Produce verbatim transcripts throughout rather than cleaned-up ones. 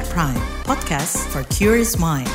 K B R Prime, podcast for curious mind.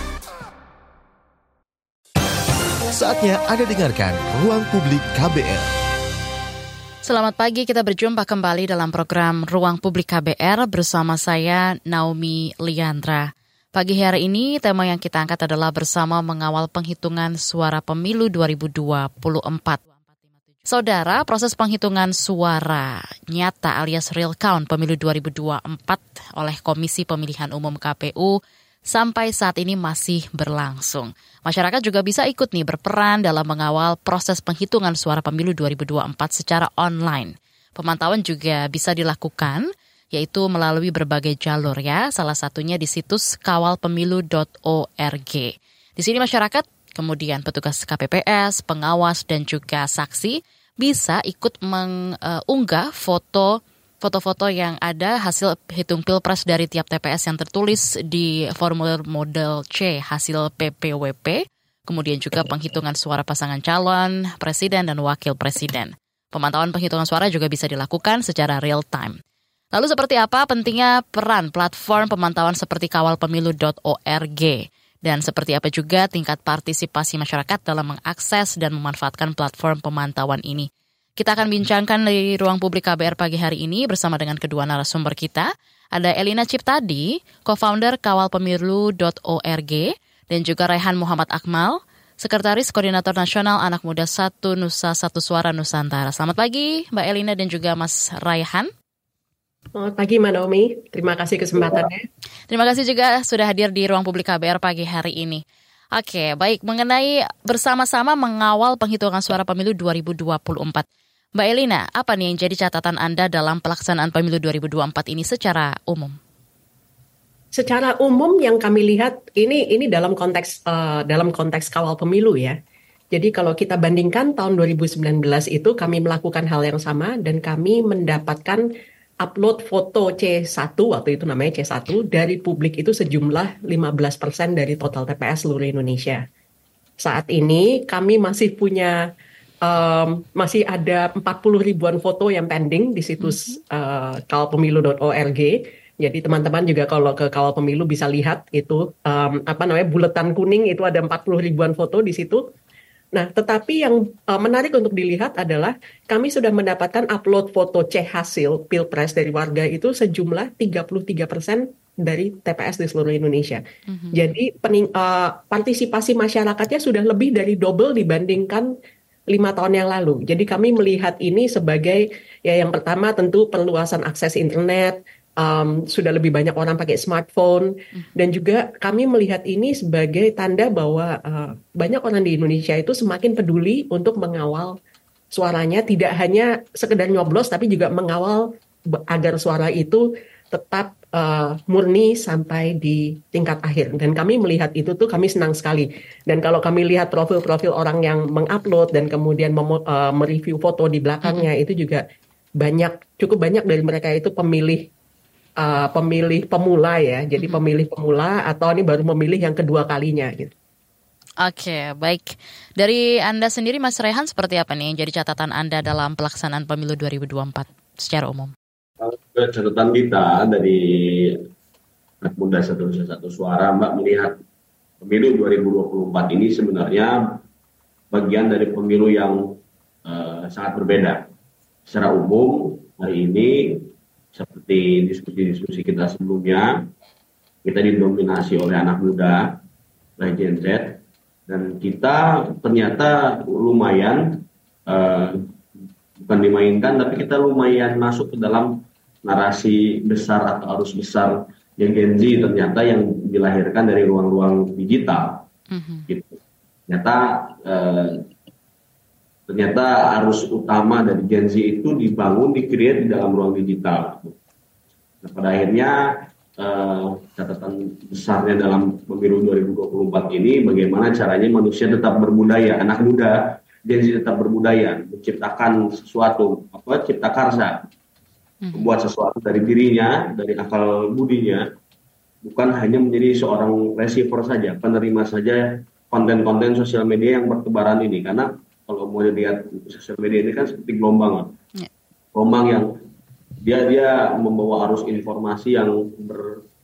Saatnya Anda dengarkan Ruang Publik K B R. Selamat pagi, kita berjumpa kembali dalam program Ruang Publik K B R bersama saya Naomi Liandra. Pagi hari ini tema yang kita angkat adalah bersama mengawal penghitungan suara pemilu dua ribu dua puluh empat. Saudara, proses penghitungan suara nyata alias real count pemilu dua ribu dua puluh empat oleh Komisi Pemilihan Umum K P U sampai saat ini masih berlangsung. Masyarakat juga bisa ikut nih berperan dalam mengawal proses penghitungan suara pemilu dua ribu dua puluh empat secara online. Pemantauan juga bisa dilakukan yaitu melalui berbagai jalur ya, salah satunya di situs kawal pemilu dot org. Di sini masyarakat, kemudian petugas K P P S, pengawas dan juga saksi bisa ikut mengunggah foto foto-foto yang ada hasil hitung pilpres dari tiap T P S yang tertulis di formulir model C hasil P P W P, kemudian juga penghitungan suara pasangan calon, presiden dan wakil presiden. Pemantauan penghitungan suara juga bisa dilakukan secara real time. Lalu seperti apa pentingnya peran platform pemantauan seperti kawal pemilu dot org? Dan seperti apa juga tingkat partisipasi masyarakat dalam mengakses dan memanfaatkan platform pemantauan ini. Kita akan bincangkan di Ruang Publik K B R pagi hari ini bersama dengan kedua narasumber kita. Ada Elina Ciptadi, co-founder kawal pemilu dot org, dan juga Raihan Muhammad Akmal, Sekretaris Koordinator Nasional Anak Muda Satu Nusa Satu Suara Nusantara. Selamat pagi Mbak Elina dan juga Mas Raihan. Selamat pagi Mbak Naomi, terima kasih kesempatannya. Terima kasih juga sudah hadir di Ruang Publik K B R pagi hari ini. Oke, baik, mengenai bersama-sama mengawal penghitungan suara pemilu dua ribu dua puluh empat. Mbak Elina, apa nih yang jadi catatan Anda dalam pelaksanaan pemilu dua ribu dua puluh empat ini secara umum? Secara umum yang kami lihat ini ini dalam konteks uh, dalam konteks kawal pemilu ya. Jadi kalau kita bandingkan tahun dua ribu sembilan belas itu kami melakukan hal yang sama dan kami mendapatkan upload foto C satu, waktu itu namanya C satu, dari publik itu sejumlah lima belas persen dari total T P S seluruh Indonesia. Saat ini kami masih punya, um, masih ada empat puluh ribuan foto yang pending di situs uh, kawal pemilu dot org. Jadi teman-teman juga kalau ke Kawal Pemilu bisa lihat itu, um, apa namanya, buletan kuning itu ada empat puluh ribuan foto di situ. Nah, tetapi yang uh, menarik untuk dilihat adalah kami sudah mendapatkan upload foto C hasil Pilpres dari warga itu sejumlah tiga puluh tiga persen dari T P S di seluruh Indonesia. Mm-hmm. Jadi pening, uh, partisipasi masyarakatnya sudah lebih dari double dibandingkan lima tahun yang lalu. Jadi kami melihat ini sebagai, ya yang pertama tentu perluasan akses internet, Um, sudah lebih banyak orang pakai smartphone, dan juga kami melihat ini sebagai tanda bahwa uh, banyak orang di Indonesia itu semakin peduli untuk mengawal suaranya, tidak hanya sekedar nyoblos tapi juga mengawal agar suara itu tetap uh, murni sampai di tingkat akhir. Dan kami melihat itu tuh kami senang sekali. Dan kalau kami lihat profil-profil orang yang mengupload dan kemudian mem- uh, mereview foto di belakangnya, mm-hmm. itu juga banyak, cukup banyak dari mereka itu pemilih Uh, pemilih pemula ya, jadi mm-hmm. pemilih pemula atau ini baru memilih yang kedua kalinya gitu. Oke, baik. Dari Anda sendiri Mas Rehan, seperti apa nih yang jadi catatan Anda dalam pelaksanaan pemilu dua ribu dua puluh empat secara umum? Catatan kita dari Anak Muda Satu Nusa Satu Suara, Mbak, melihat pemilu dua ribu dua puluh empat ini sebenarnya bagian dari pemilu yang uh, sangat berbeda. Secara umum hari ini seperti diskusi-diskusi kita sebelumnya, kita didominasi oleh anak muda, oleh Gen Z, dan kita ternyata lumayan, uh, bukan dimainkan, tapi kita lumayan masuk ke dalam narasi besar atau arus besar yang Gen Z ternyata yang dilahirkan dari ruang-ruang digital. Mm-hmm. Gitu. Ternyata uh, Ternyata arus utama dari Gen Z itu dibangun, di-create di dalam ruang digital. Nah, pada akhirnya eh, catatan besarnya dalam pemilu dua ribu dua puluh empat ini, bagaimana caranya manusia tetap berbudaya, anak muda, Gen Z tetap berbudaya, menciptakan sesuatu, apa, cipta karsa, membuat sesuatu dari dirinya, dari akal budinya, bukan hanya menjadi seorang receiver saja, penerima saja konten-konten sosial media yang bertebaran ini, karena kalau mau dilihat sosial media ini kan seperti gelombang, ya. Gelombang yang dia dia membawa arus informasi yang ber,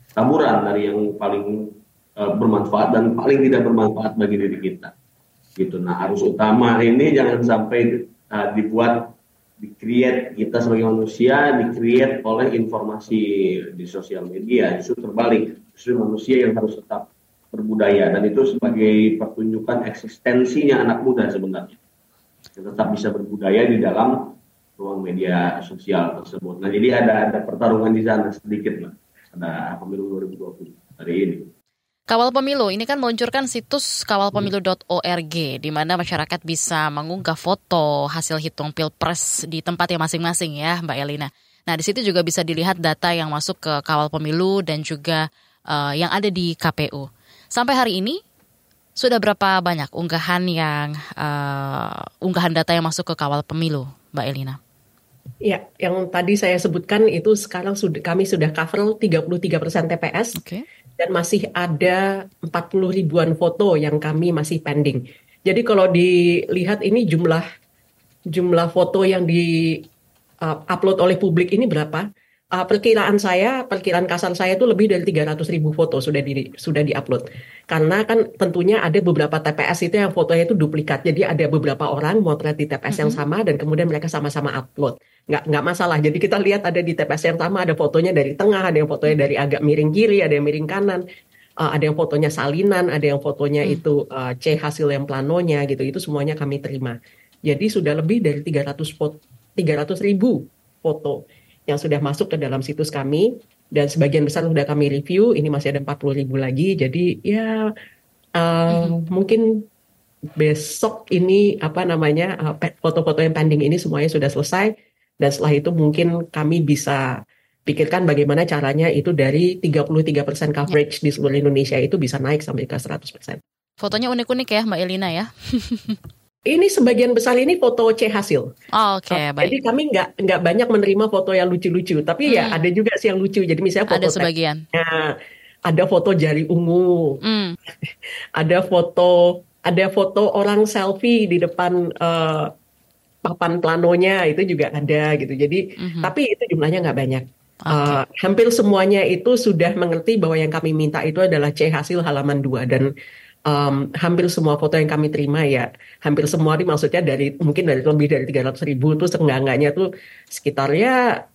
taburan dari yang paling uh, bermanfaat dan paling tidak bermanfaat bagi diri kita. Gitu. Nah, arus utama ini jangan sampai uh, dibuat di-create kita sebagai manusia, di-create oleh informasi di sosial media. Justru terbalik, justru manusia yang harus tetap berbudaya, dan itu sebagai pertunjukan eksistensinya anak muda sebenarnya, yang tetap bisa berbudaya di dalam ruang media sosial tersebut. Nah, jadi ada ada pertarungan di sana sedikit lah, ada pemilu dua ribu dua puluh hari ini. Kawal Pemilu ini kan meluncurkan situs kawal pemilu dot org di mana masyarakat bisa mengunggah foto hasil hitung pilpres di tempatnya masing-masing ya, Mbak Elina. Nah, di situ juga bisa dilihat data yang masuk ke Kawal Pemilu dan juga uh, yang ada di K P U. Sampai hari ini sudah berapa banyak unggahan yang uh, unggahan data yang masuk ke Kawal Pemilu, Mbak Elina? Ya, yang tadi saya sebutkan itu sekarang sudah kami sudah cover tiga puluh tiga persen T P S. Okay. Dan masih ada empat puluh ribuan foto yang kami masih pending. Jadi kalau dilihat ini jumlah jumlah foto yang di uh, upload oleh publik ini berapa? Uh, perkiraan saya, perkiraan kasar saya itu lebih dari tiga ratus ribu foto sudah di sudah diupload. Karena kan tentunya ada beberapa T P S itu yang fotonya itu duplikat. Jadi ada beberapa orang motret di T P S mm-hmm. yang sama dan kemudian mereka sama-sama upload. Nggak, nggak masalah. Jadi kita lihat ada di T P S yang sama, ada fotonya dari tengah, ada yang fotonya dari agak miring kiri, ada yang miring kanan, uh, ada yang fotonya salinan, ada yang fotonya mm. itu uh, C hasil yang planonya gitu. Itu semuanya kami terima. Jadi sudah lebih dari tiga ratus ribu foto yang sudah masuk ke dalam situs kami, dan sebagian besar sudah kami review. Ini masih ada empat puluh ribu lagi. Jadi ya uh, mm-hmm. mungkin besok ini apa namanya uh, foto-foto yang pending ini semuanya sudah selesai. Dan setelah itu mungkin kami bisa pikirkan bagaimana caranya itu dari tiga puluh tiga persen coverage di seluruh Indonesia itu bisa naik sampai ke seratus persen. Fotonya unik-unik ya Mbak Elina ya? Ini sebagian besar ini foto C hasil. Oh, Oke, okay, baik. Jadi kami nggak nggak banyak menerima foto yang lucu-lucu, tapi hmm. ya ada juga sih yang lucu. Jadi misalnya foto ada sebagian. Nah, ada foto jari ungu, hmm. ada foto ada foto orang selfie di depan uh, papan planonya, itu juga ada gitu. Jadi mm-hmm. tapi itu jumlahnya nggak banyak. Okay. Uh, hampir semuanya itu sudah mengerti bahwa yang kami minta itu adalah C hasil halaman dua, dan um, hampir semua foto yang kami terima ya hampir semua ini maksudnya dari mungkin dari lebih dari tiga ratus ribu tuh seenggak-enggaknya tuh sekitar ya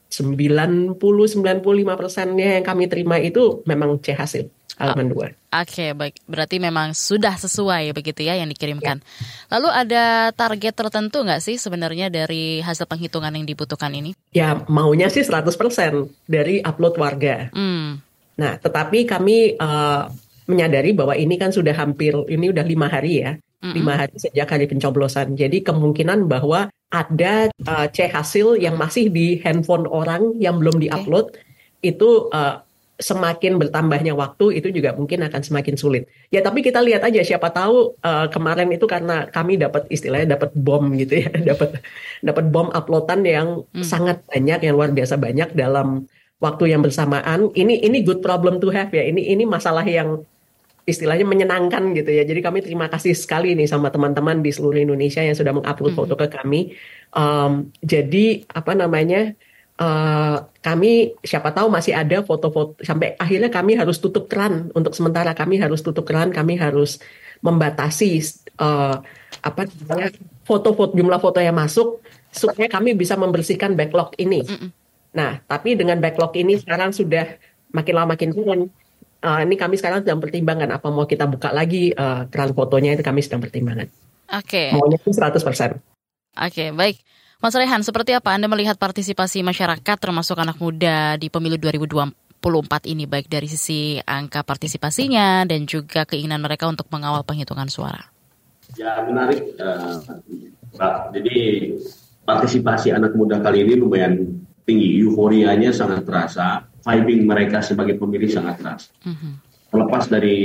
sembilan puluh sampai sembilan puluh lima persennya yang kami terima itu memang C hasil halaman dua. Oke, okay, baik. Berarti memang sudah sesuai begitu ya yang dikirimkan. Ya. Lalu ada target tertentu nggak sih sebenarnya dari hasil penghitungan yang dibutuhkan ini? Ya, maunya sih seratus persen dari upload warga. Hmm. Nah, tetapi kami uh, menyadari bahwa ini kan sudah hampir, ini udah lima hari ya. Mm-hmm. Lima hari sejak hari pencoblosan. Jadi kemungkinan bahwa ada uh, C hasil yang masih di handphone orang yang belum diupload, okay. itu uh, semakin bertambahnya waktu itu juga mungkin akan semakin sulit. Ya tapi kita lihat aja, siapa tahu uh, kemarin itu karena kami dapat istilahnya dapat bom gitu ya, dapat dapat bom uploadan yang hmm. sangat banyak, yang luar biasa banyak dalam waktu yang bersamaan. Ini ini good problem to have ya. Ini ini masalah yang istilahnya menyenangkan gitu ya. Jadi kami terima kasih sekali nih sama teman-teman di seluruh Indonesia yang sudah mengupload hmm. foto ke kami. Um, jadi apa namanya? Uh, kami siapa tahu masih ada foto-foto sampai akhirnya kami harus tutup keran untuk sementara, kami harus tutup keran, kami harus membatasi uh, apa namanya foto-foto, jumlah foto yang masuk supaya kami bisa membersihkan backlog ini. Mm-mm. Nah, tapi dengan backlog ini sekarang sudah makin lama makin turun. Uh, ini kami sekarang sedang pertimbangkan apa mau kita buka lagi uh, keran fotonya, itu kami sedang pertimbangkan. Oke. Okay. Maunya itu seratus persen. Oke, okay, baik. Mas Rehan, seperti apa Anda melihat partisipasi masyarakat termasuk anak muda di pemilu dua ribu dua puluh empat ini, baik dari sisi angka partisipasinya dan juga keinginan mereka untuk mengawal penghitungan suara? Ya, menarik. Uh, Pak. Jadi partisipasi anak muda kali ini lumayan tinggi, euforianya sangat terasa, vibing mereka sebagai pemilih sangat terasa. Mm-hmm. Terlepas dari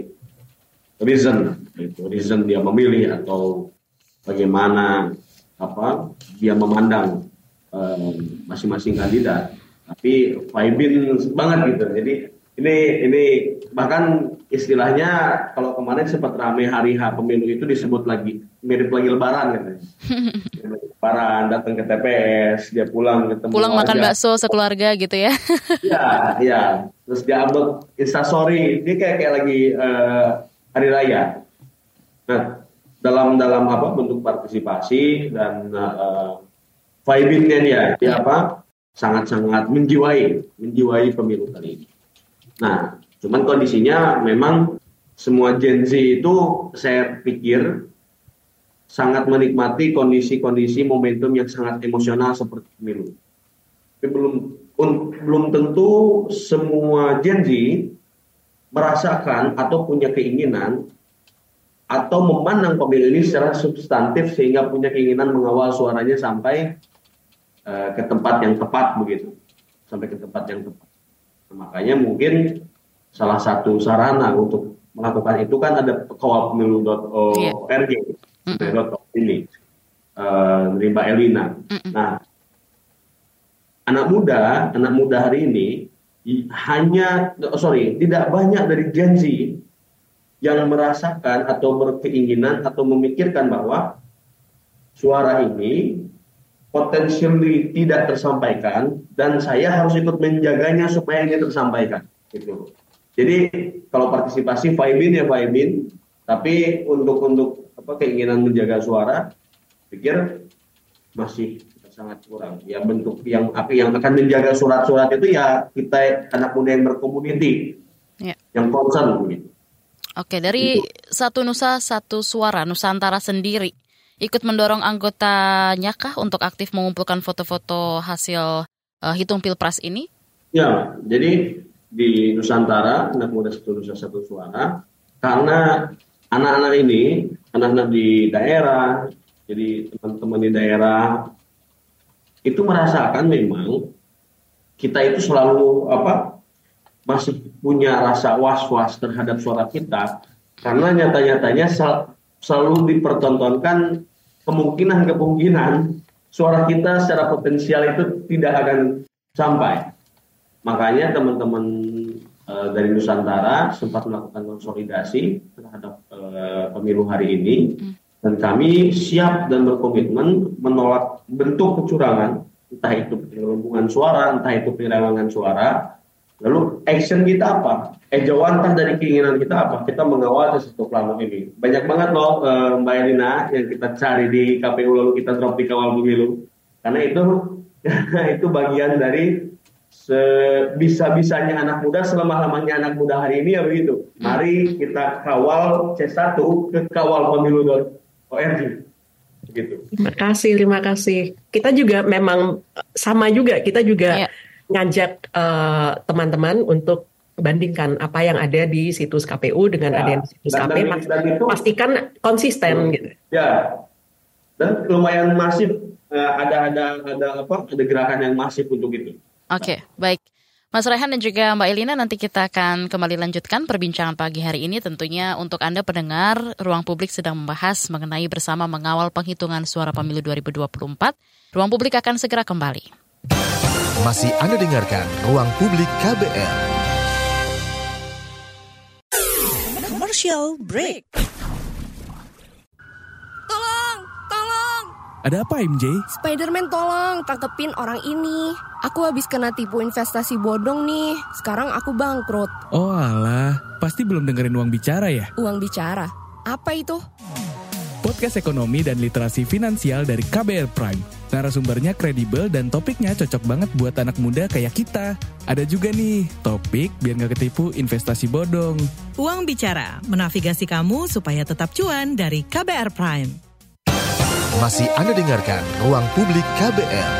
reason, itu reason dia memilih atau bagaimana apa dia memandang uh, masing-masing kandidat, tapi vibing banget gitu. Jadi ini ini bahkan istilahnya kalau kemarin sempat ramai hari H pemilu itu disebut lagi mirip lagi lebaran katanya. Lebaran datang ke T P S, dia pulang ketemu Pulang makan warga. bakso sekeluarga gitu ya. Iya, iya. Terus dia upload Instastory, dia kayak kayak lagi uh, hari raya. Nah, dalam dalam apa bentuk partisipasi dan uh, vibing-nya dia, dia apa sangat-sangat menjiwai, menjiwai pemilu kali ini. Nah, cuman kondisinya memang semua Gen Z itu saya pikir sangat menikmati kondisi-kondisi momentum yang sangat emosional seperti pemilu. Tapi belum un, belum tentu semua Gen Z merasakan atau punya keinginan atau memandang pemilu ini secara substantif sehingga punya keinginan mengawal suaranya sampai uh, ke tempat yang tepat begitu, sampai ke tempat yang tepat. Nah, makanya mungkin salah satu sarana untuk melakukan itu kan ada kawal pemilu dot org. Yeah. Ini uh, dari Mbak Elina. Mm-mm. Nah, anak muda, anak muda hari ini hanya, oh sorry, tidak banyak dari Gen Z yang merasakan atau berkeinginan atau memikirkan bahwa suara ini potensially tidak tersampaikan dan saya harus ikut menjaganya supaya ini tersampaikan. Gitu. Jadi kalau partisipasi vibin ya vibin, tapi untuk untuk apa keinginan menjaga suara, pikir masih sangat kurang. Ya bentuk yang apa yang akan menjaga surat-surat itu ya kita anak muda yang berkomuniti, ya. Yang concern begitu. Oke, dari itu. Satu Nusa Satu Suara Nusantara sendiri ikut mendorong anggotanya kah untuk aktif mengumpulkan foto-foto hasil uh, hitung pilpres ini? Ya, jadi di Nusantara anak muda Satu Nusa Satu Suara karena anak-anak ini, anak-anak di daerah, jadi teman-teman di daerah itu merasakan memang kita itu selalu apa masih punya rasa was-was terhadap suara kita karena nyata-nyatanya sel, selalu dipertontonkan kemungkinan-kemungkinan suara kita secara potensial itu tidak akan sampai. Makanya teman-teman dari Nusantara sempat melakukan konsolidasi terhadap uh, pemilu hari ini dan kami siap dan berkomitmen menolak bentuk kecurangan, entah itu penggelembungan suara, entah itu penyelewengan suara. Lalu action kita apa? Ejawantah dari keinginan kita apa? Kita mengawal sistem pemilu ini. Banyak banget loh uh, Mbak Elina yang kita cari di K P U lalu kita drop di kawal pemilu. Karena itu itu bagian dari sebisa-bisanya anak muda, selemah-lemahnya anak muda hari ini ya begitu. Mari kita kawal C satu ke kawal pemilu dot org. Begitu. Terima kasih, terima kasih. Kita juga memang sama juga, kita juga yeah. ngajak uh, teman-teman untuk bandingkan apa yang ada di situs K P U dengan ya. Ada yang di situs dan, K P U. Dan, dan itu, pastikan konsisten hmm. gitu. Ya. Dan lumayan masif uh, ada ada ada apa? Ada gerakan yang masif untuk itu. Oke, okay, baik. Mas Rehan dan juga Mbak Elina, nanti kita akan kembali lanjutkan perbincangan pagi hari ini. Tentunya untuk Anda pendengar, Ruang Publik sedang membahas mengenai bersama mengawal penghitungan suara pemilu dua ribu dua puluh empat. Ruang Publik akan segera kembali. Masih Anda dengarkan Ruang Publik K B R. Commercial break. Ada apa M J? Spider-Man tolong tangkepin orang ini. Aku habis kena tipu investasi bodong nih. Sekarang aku bangkrut. Oh alah, pasti belum dengerin Uang Bicara ya? Uang Bicara? Apa itu? Podcast ekonomi dan literasi finansial dari K B R Prime. Narasumbernya kredibel dan topiknya cocok banget buat anak muda kayak kita. Ada juga nih, topik biar gak ketipu investasi bodong. Uang Bicara, menavigasi kamu supaya tetap cuan dari K B R Prime. Masih Anda dengarkan Ruang Publik K B R.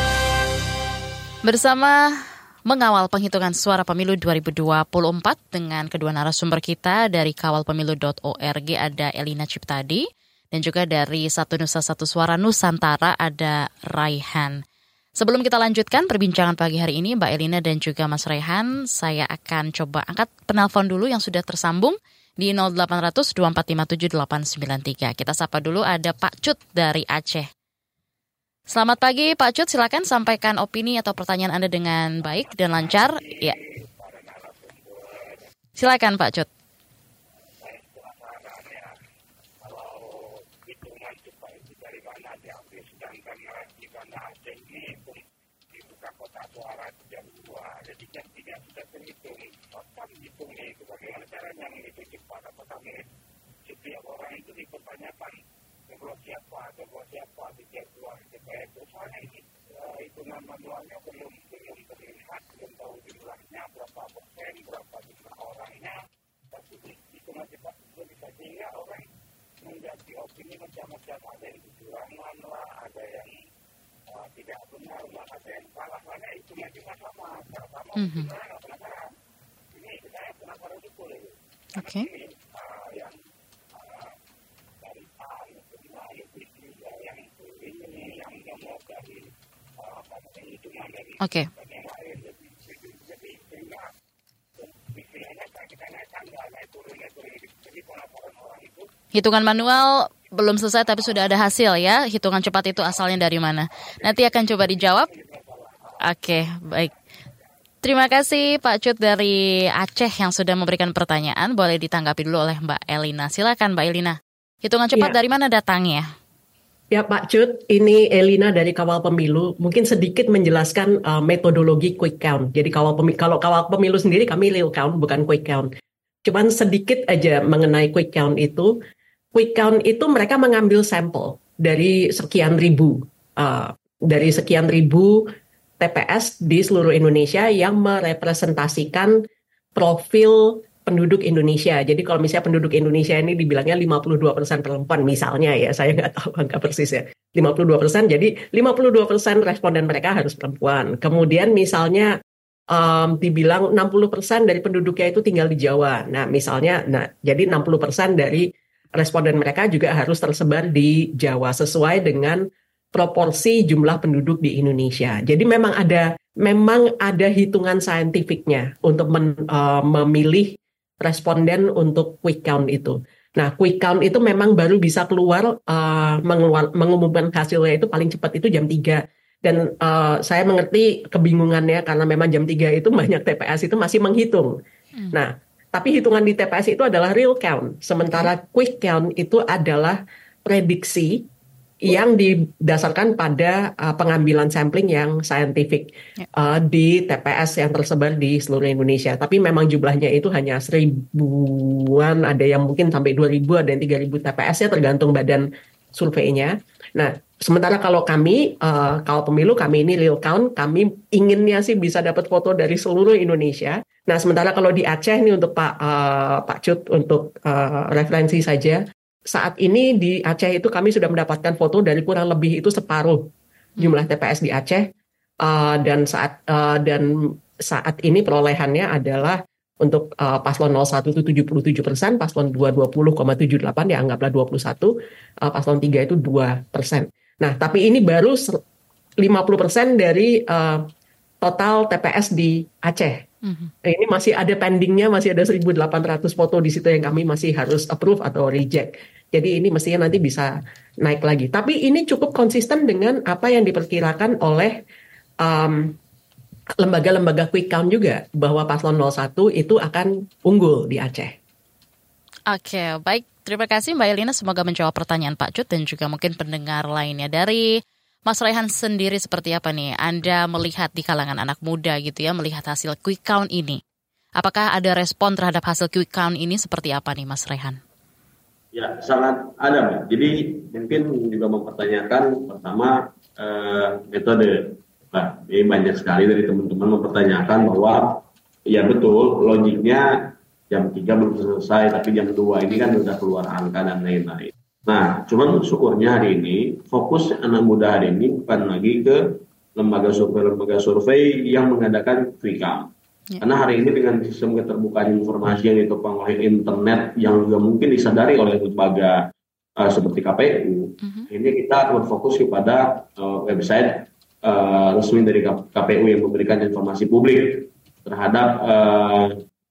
Bersama mengawal penghitungan suara pemilu dua ribu dua puluh empat dengan kedua narasumber kita dari kawal pemilu dot org ada Elina Ciptadi dan juga dari Satu Nusa Satu Suara Nusantara ada Raihan. Sebelum kita lanjutkan perbincangan pagi hari ini Mbak Elina dan juga Mas Raihan, saya akan coba angkat penelpon dulu yang sudah tersambung di nol delapan nol nol dua empat lima tujuh delapan sembilan tiga. Kita sapa dulu ada Pak Cut dari Aceh. Selamat pagi Pak Cut, silakan sampaikan opini atau pertanyaan Anda dengan baik dan lancar. Ya. Silakan Pak Cut. suara jam dua, jadi jam tiga sudah terhitung. Kapan hitungnya itu, bagaimana caranya menghitung cepat apakah setiap orang itu dipertanyakan coblos siapa, coblos siapa, setiap keluar T P S. Soalnya ini uh, hitungan manualnya belum belum terlihat, belum tahu jumlahnya berapa persen, berapa jumlah orangnya. Tapi hitungan cepat itu bisa sehingga orang menjadi opini macam-macam, ada yang kecurangan lah, ada yang uh, tidak benar lah, ada yang salah lah. Hitungan cuma sama, sama Mm-hmm. benar, penasaran. Ini saya penasaran betul ini. Oke. Okay. Uh, yang uh, dari A, yang kedua, yang ketiga, yang ini, yang yang mau dari uh, apa namanya hitungan dari Oke. yang lain. Jadi, jadi sehingga istilahnya kita naik tangga, naik turun, naik turun. Jadi penasaran orang itu. Hitungan manual belum selesai tapi sudah ada hasil ya. Hitungan cepat itu asalnya dari mana? Nanti akan coba dijawab. Oke, baik. Terima kasih Pak Cut dari Aceh yang sudah memberikan pertanyaan. Boleh ditanggapi dulu oleh Mbak Elina. Silakan Mbak Elina. Hitungan cepat ya. Dari mana datangnya? Ya Pak Cut, ini Elina dari Kawal Pemilu. Mungkin sedikit menjelaskan uh, metodologi quick count. Jadi kawal pemilu, kalau Kawal Pemilu sendiri kami real count bukan quick count. Cuman sedikit aja mengenai quick count itu. Quick count itu mereka mengambil sampel dari sekian ribu. Uh, dari sekian ribu T P S di seluruh Indonesia yang merepresentasikan profil penduduk Indonesia. Jadi kalau misalnya penduduk Indonesia ini dibilangnya lima puluh dua persen perempuan misalnya ya, saya nggak tahu angka persis ya, lima puluh dua persen, jadi lima puluh dua persen responden mereka harus perempuan. Kemudian misalnya um, dibilang enam puluh persen dari penduduknya itu tinggal di Jawa. Nah misalnya, nah jadi enam puluh persen dari responden mereka juga harus tersebar di Jawa sesuai dengan proporsi jumlah penduduk di Indonesia. Jadi memang ada memang ada hitungan saintifiknya untuk men, uh, memilih responden untuk quick count itu. Nah, quick count itu memang baru bisa keluar uh, mengeluar, mengumumkan hasilnya itu paling cepat itu jam tiga. Dan uh, saya mengerti kebingungannya karena memang jam tiga itu banyak T P S itu masih menghitung. Hmm. Nah, tapi hitungan di T P S itu adalah real count. Sementara quick count itu adalah prediksi yang didasarkan pada uh, pengambilan sampling yang saintifik uh, di T P S yang tersebar di seluruh Indonesia. Tapi memang jumlahnya itu hanya seribuan, ada yang mungkin sampai dua ribu, ada yang tiga ribu T P S ya tergantung badan surveinya. Nah, sementara kalau kami, uh, kalau pemilu kami ini real count, kami inginnya sih bisa dapat foto dari seluruh Indonesia. Nah, sementara kalau di Aceh ini untuk Pak uh, Pak Cut untuk uh, referensi saja. Saat ini di Aceh itu kami sudah mendapatkan foto dari kurang lebih itu separuh jumlah T P S di Aceh uh, dan saat uh, dan saat ini perolehannya adalah untuk uh, paslon nol satu itu tujuh puluh tujuh persen, paslon dua dua puluh koma tujuh delapan ya anggaplah dua puluh satu, uh, paslon tiga itu dua persen. Nah, tapi ini baru lima puluh persen dari uh, total T P S di Aceh. Mm-hmm. Nah, ini masih ada pendingnya, masih ada seribu delapan ratus foto di situ yang kami masih harus approve atau reject. Jadi ini mestinya nanti bisa naik lagi. Tapi ini cukup konsisten dengan apa yang diperkirakan oleh um, lembaga-lembaga quick count juga, bahwa paslon nol satu itu akan unggul di Aceh. Oke, baik. Terima kasih Mbak Elina. Semoga menjawab pertanyaan Pak Cut dan juga mungkin pendengar lainnya. Dari Mas Rehan sendiri seperti apa nih? Anda melihat di kalangan anak muda gitu ya, melihat hasil quick count ini. Apakah ada respon terhadap hasil quick count ini seperti apa nih Mas Rehan? Ya, sangat ada, Mbak. Jadi mungkin juga mempertanyakan pertama eh, metode. Nah, ini banyak sekali dari teman-teman mempertanyakan bahwa ya betul, logiknya jam tiga belum selesai, tapi jam dua ini kan sudah keluar angka dan lain-lain. Nah, cuman syukurnya hari ini, fokus anak muda hari ini bukan lagi ke lembaga survei-lembaga survei yang mengadakan quick count. Ya. Karena hari ini dengan sistem keterbukaan informasi yang ditopang oleh internet yang juga mungkin disadari oleh lembaga uh, seperti K P U, uh-huh. ini kita berfokus kepada uh, website uh, resmi dari K P U yang memberikan informasi publik terhadap uh,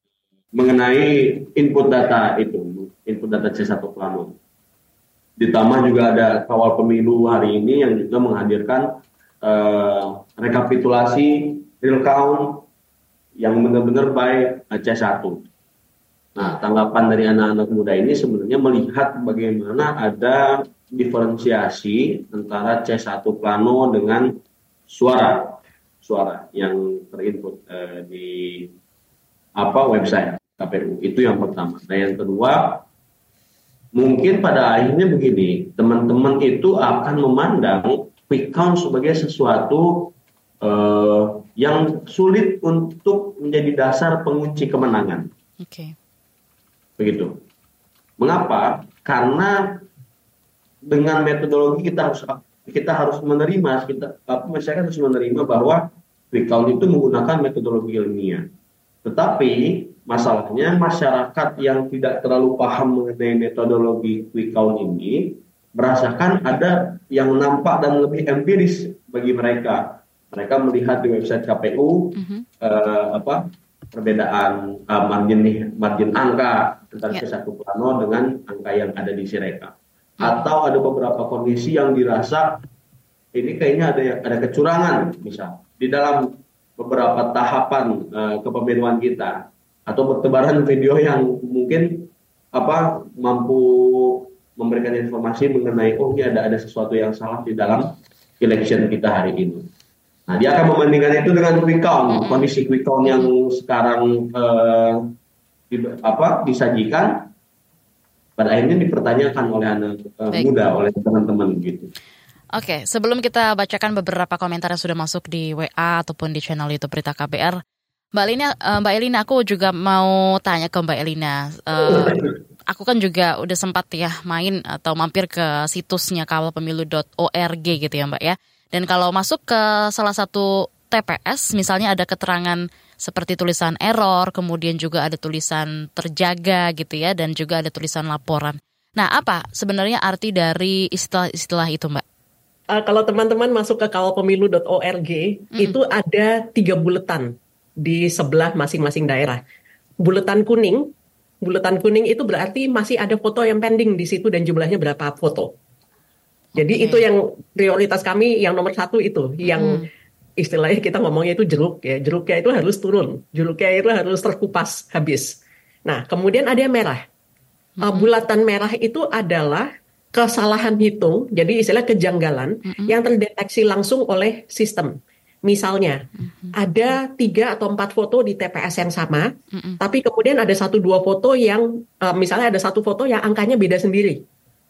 mengenai input data itu, input data C satu Plano. Ditambah juga ada Kawal Pemilu hari ini yang juga menghadirkan uh, rekapitulasi real count yang benar-benar by C satu. Nah, tanggapan dari anak-anak muda ini sebenarnya melihat bagaimana ada diferensiasi antara C satu Plano dengan suara. suara yang terinput uh, di apa website K P U. Itu yang pertama. Nah, yang kedua, mungkin pada akhirnya begini, teman-teman itu akan memandang quick count sebagai sesuatu uh, yang sulit untuk menjadi dasar pengunci kemenangan. Oke. Okay. Begitu. Mengapa? Karena dengan metodologi kita harus kita harus menerima, kita apa masyarakat harus menerima bahwa quick count itu menggunakan metodologi ilmiah. Tetapi masalahnya masyarakat yang tidak terlalu paham mengenai metodologi quick count ini merasakan ada yang nampak dan lebih empiris bagi mereka. Mereka melihat di website K P U mm-hmm. uh, apa perbedaan uh, margin margin angka antara yeah. satu plano dengan angka yang ada di Sirekap. Atau ada beberapa kondisi yang dirasa ini kayaknya ada ada kecurangan, misal di dalam beberapa tahapan uh, kepemiluan kita, atau bertebaran video yang mungkin apa mampu memberikan informasi mengenai oh ini ada ada sesuatu yang salah di dalam election kita hari ini. Nah, dia akan membandingkan itu dengan quick count, kondisi quick count yang sekarang uh, di, apa disajikan. Pada akhirnya dipertanyakan oleh anak uh, muda, oleh teman-teman gitu. Oke, sebelum kita bacakan beberapa komentar yang sudah masuk di W A ataupun di channel YouTube Berita K B R, Mbak Elina, uh, Mbak Elina, aku juga mau tanya ke Mbak Elina. Uh, aku kan juga udah sempat ya main atau mampir ke situsnya kawal pemilu dot org gitu ya Mbak ya. Dan kalau masuk ke salah satu T P S, misalnya ada keterangan seperti tulisan error, kemudian juga ada tulisan terjaga gitu ya, dan juga ada tulisan laporan. Nah, apa sebenarnya arti dari istilah-istilah itu, Mbak? Uh, kalau teman-teman masuk ke kawal pemilu dot org, mm-hmm. itu ada tiga buletan di sebelah masing-masing daerah. Buletan kuning, buletan kuning itu berarti masih ada foto yang pending di situ dan jumlahnya berapa foto. Jadi okay. itu yang prioritas kami, yang nomor satu itu, yang mm. istilahnya kita ngomongnya itu jeruk ya, jeruknya itu harus turun, jeruknya itu harus terkupas habis. Nah, kemudian ada yang merah. Mm-hmm. Uh, bulatan merah itu adalah kesalahan hitung, jadi istilah kejanggalan mm-hmm. yang terdeteksi langsung oleh sistem. Misalnya, mm-hmm. ada tiga atau empat foto di T P S yang sama, mm-hmm. tapi kemudian ada satu dua foto yang, uh, misalnya ada satu foto yang angkanya beda sendiri.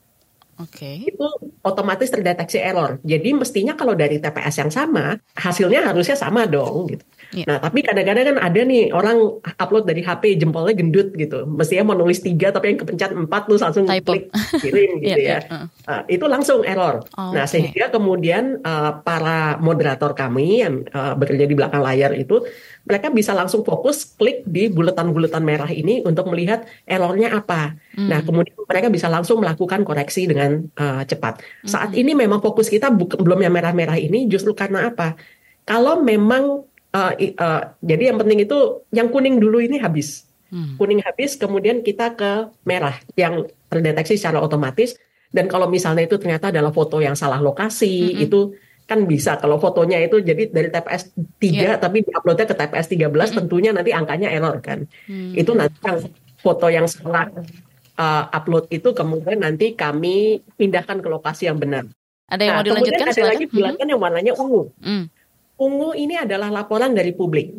Oke. Okay. Itu otomatis terdeteksi error. Jadi mestinya kalau dari T P S yang sama, hasilnya harusnya sama dong gitu. Yeah. Nah, tapi kadang-kadang kan ada nih orang upload dari H P jempolnya gendut gitu. Mestinya mau nulis tiga tapi yang kepencet empat terus langsung typo. Klik kirim gitu yeah, ya. Yeah. Uh. Uh, itu langsung error. Oh, nah, okay. sehingga kemudian uh, para moderator kami yang uh, bekerja di belakang layar itu mereka bisa langsung fokus klik di buletan-buletan merah ini untuk melihat errornya apa. Mm. Nah, kemudian mereka bisa langsung melakukan koreksi dengan uh, cepat. Mm. Saat ini memang fokus kita bu- belum yang merah-merah ini justru karena apa? Kalau memang uh, uh, jadi yang penting itu yang kuning dulu ini habis. Mm. Kuning habis, kemudian kita ke merah yang terdeteksi secara otomatis. Dan kalau misalnya itu ternyata adalah foto yang salah lokasi, mm-hmm. itu kan bisa kalau fotonya itu jadi dari T P S tiga yeah. tapi diuploadnya ke T P S tiga belas mm-hmm. tentunya nanti angkanya error kan. Mm. Itu nanti yang foto yang salah uh, upload itu kemudian nanti kami pindahkan ke lokasi yang benar. Ada yang nah, mau dilanjutkan? Kemudian ada lagi bulatan mm-hmm. yang warnanya ungu. Mm. Ungu ini adalah laporan dari publik.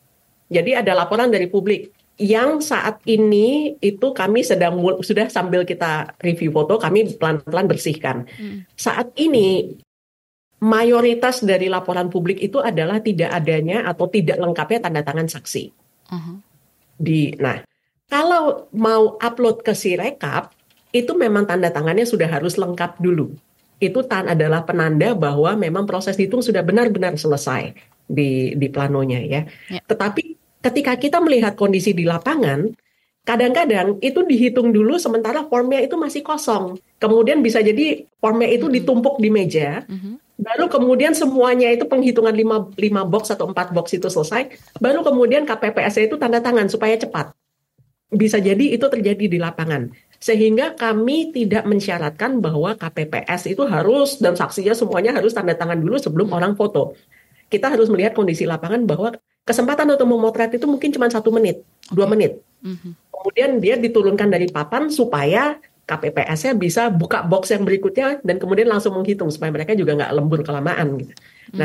Jadi ada laporan dari publik yang saat ini itu kami sedang sudah sambil kita review foto kami pelan-pelan bersihkan. Mm. Saat ini mayoritas dari laporan publik itu adalah tidak adanya atau tidak lengkapnya tanda tangan saksi. Uh-huh. Di, nah, kalau mau upload ke Sirekap, itu memang tanda tangannya sudah harus lengkap dulu. Itu tan adalah penanda bahwa memang proses hitung sudah benar-benar selesai di di planonya ya. Yeah. Tetapi ketika kita melihat kondisi di lapangan, kadang-kadang itu dihitung dulu sementara formnya itu masih kosong. Kemudian bisa jadi formnya itu mm-hmm. ditumpuk di meja. Mm-hmm. Baru kemudian semuanya itu penghitungan lima box atau empat box itu selesai, baru kemudian K P P S-nya itu tanda tangan supaya cepat. Bisa jadi itu terjadi di lapangan. Sehingga kami tidak mensyaratkan bahwa K P P S itu harus dan saksinya semuanya harus tanda tangan dulu sebelum orang foto. Kita harus melihat kondisi lapangan bahwa kesempatan untuk memotret itu mungkin cuma satu menit, dua menit. Mm-hmm. Kemudian dia diturunkan dari papan supaya K P P S-nya bisa buka box yang berikutnya dan kemudian langsung menghitung supaya mereka juga nggak lembur kelamaan gitu. Nah, hmm.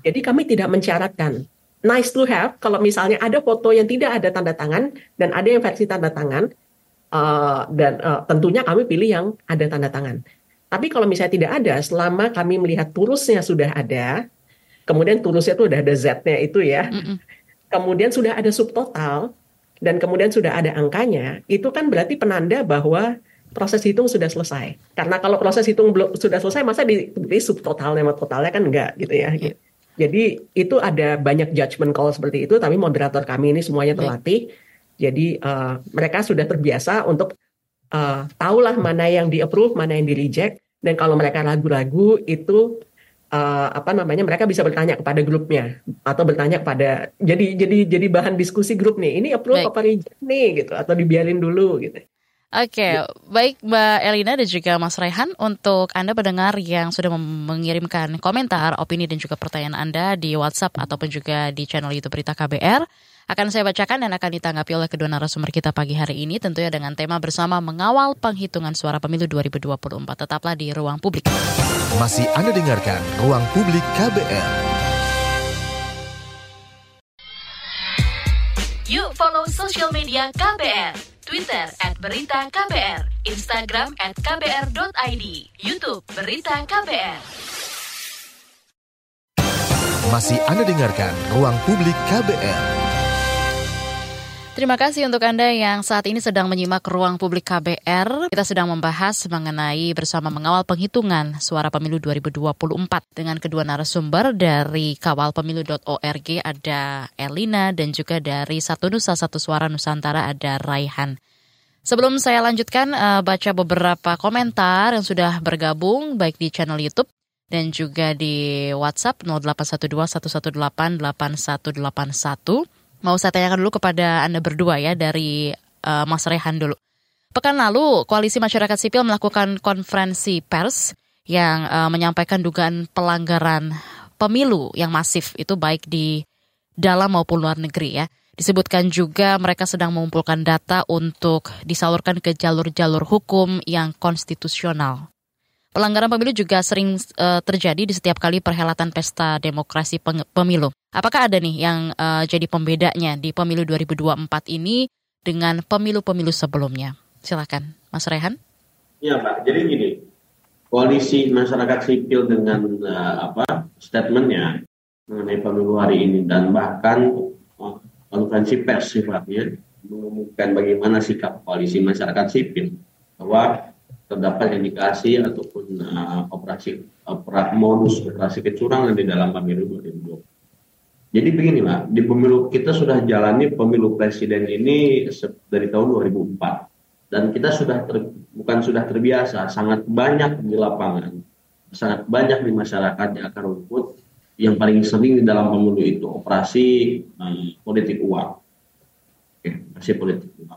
Jadi kami tidak mencaratkan. Nice to have, kalau misalnya ada foto yang tidak ada tanda tangan dan ada yang versi tanda tangan, uh, dan uh, tentunya kami pilih yang ada tanda tangan. Tapi kalau misalnya tidak ada, selama kami melihat tulusnya sudah ada, kemudian tulusnya itu udah ada Z-nya itu ya, mm-mm. kemudian sudah ada subtotal, dan kemudian sudah ada angkanya, itu kan berarti penanda bahwa proses hitung sudah selesai. Karena kalau proses hitung belum sudah selesai, masa di, di subtotalnya sama totalnya kan enggak gitu ya. Gitu. Jadi itu ada banyak judgment call seperti itu, tapi moderator kami ini semuanya terlatih. Jadi uh, mereka sudah terbiasa untuk uh, tahulah mana yang di-approve, mana yang di-reject. Dan kalau mereka ragu-ragu itu uh, apa namanya, mereka bisa bertanya kepada grupnya atau bertanya kepada jadi jadi jadi bahan diskusi grup nih. Ini approve baik. Apa reject nih gitu, atau dibiarin dulu gitu. Oke, okay. Baik Mbak Elina dan juga Mas Raihan, untuk Anda pendengar yang sudah mengirimkan komentar, opini dan juga pertanyaan Anda di WhatsApp ataupun juga di channel YouTube Berita K B R, akan saya bacakan dan akan ditanggapi oleh kedua narasumber kita pagi hari ini, tentunya dengan tema bersama mengawal penghitungan suara pemilu dua ribu dua puluh empat. Tetaplah di Ruang Publik. Masih Anda dengarkan Ruang Publik K B R. Yuk follow social media K B R. Twitter at Berita K B R, Instagram at k b r dot i d, YouTube Berita K B R. Masih Anda dengarkan Ruang Publik K B R. Terima kasih untuk Anda yang saat ini sedang menyimak Ruang Publik K B R. Kita sedang membahas mengenai bersama mengawal penghitungan suara pemilu dua ribu dua puluh empat dengan kedua narasumber dari kawal pemilu dot org, ada Elina, dan juga dari Satu Nusa Satu Suara Nusantara ada Raihan. Sebelum saya lanjutkan, uh, baca beberapa komentar yang sudah bergabung baik di channel YouTube dan juga di WhatsApp nol delapan satu dua satu satu delapan delapan satu delapan satu. Mau saya tanyakan dulu kepada Anda berdua ya, dari uh, Mas Raihan dulu. Pekan lalu, Koalisi Masyarakat Sipil melakukan konferensi pers yang uh, menyampaikan dugaan pelanggaran pemilu yang masif, itu baik di dalam maupun luar negeri ya. Disebutkan juga mereka sedang mengumpulkan data untuk disalurkan ke jalur-jalur hukum yang konstitusional. Pelanggaran pemilu juga sering uh, terjadi di setiap kali perhelatan pesta demokrasi peng- pemilu. Apakah ada nih yang uh, jadi pembedanya di pemilu dua ribu dua puluh empat ini dengan pemilu-pemilu sebelumnya? Silakan, Mas Raihan. Iya, Mbak. Jadi gini, Koalisi Masyarakat Sipil dengan uh, apa statementnya mengenai pemilu hari ini dan bahkan uh, konferensi pers sifatnya mengumumkan bagaimana sikap Koalisi Masyarakat Sipil bahwa terdapat indikasi ataupun uh, operasi opera, modus operasi kecurangan di dalam pemilu dua ribu dua puluh. Jadi begini Pak, di pemilu kita sudah jalani pemilu presiden ini dari tahun dua ribu empat dan kita sudah ter, bukan sudah terbiasa, sangat banyak di lapangan, sangat banyak di masyarakat di akar rumput yang paling sering di dalam pemilu itu operasi um, politik uang, oke, operasi politik uang.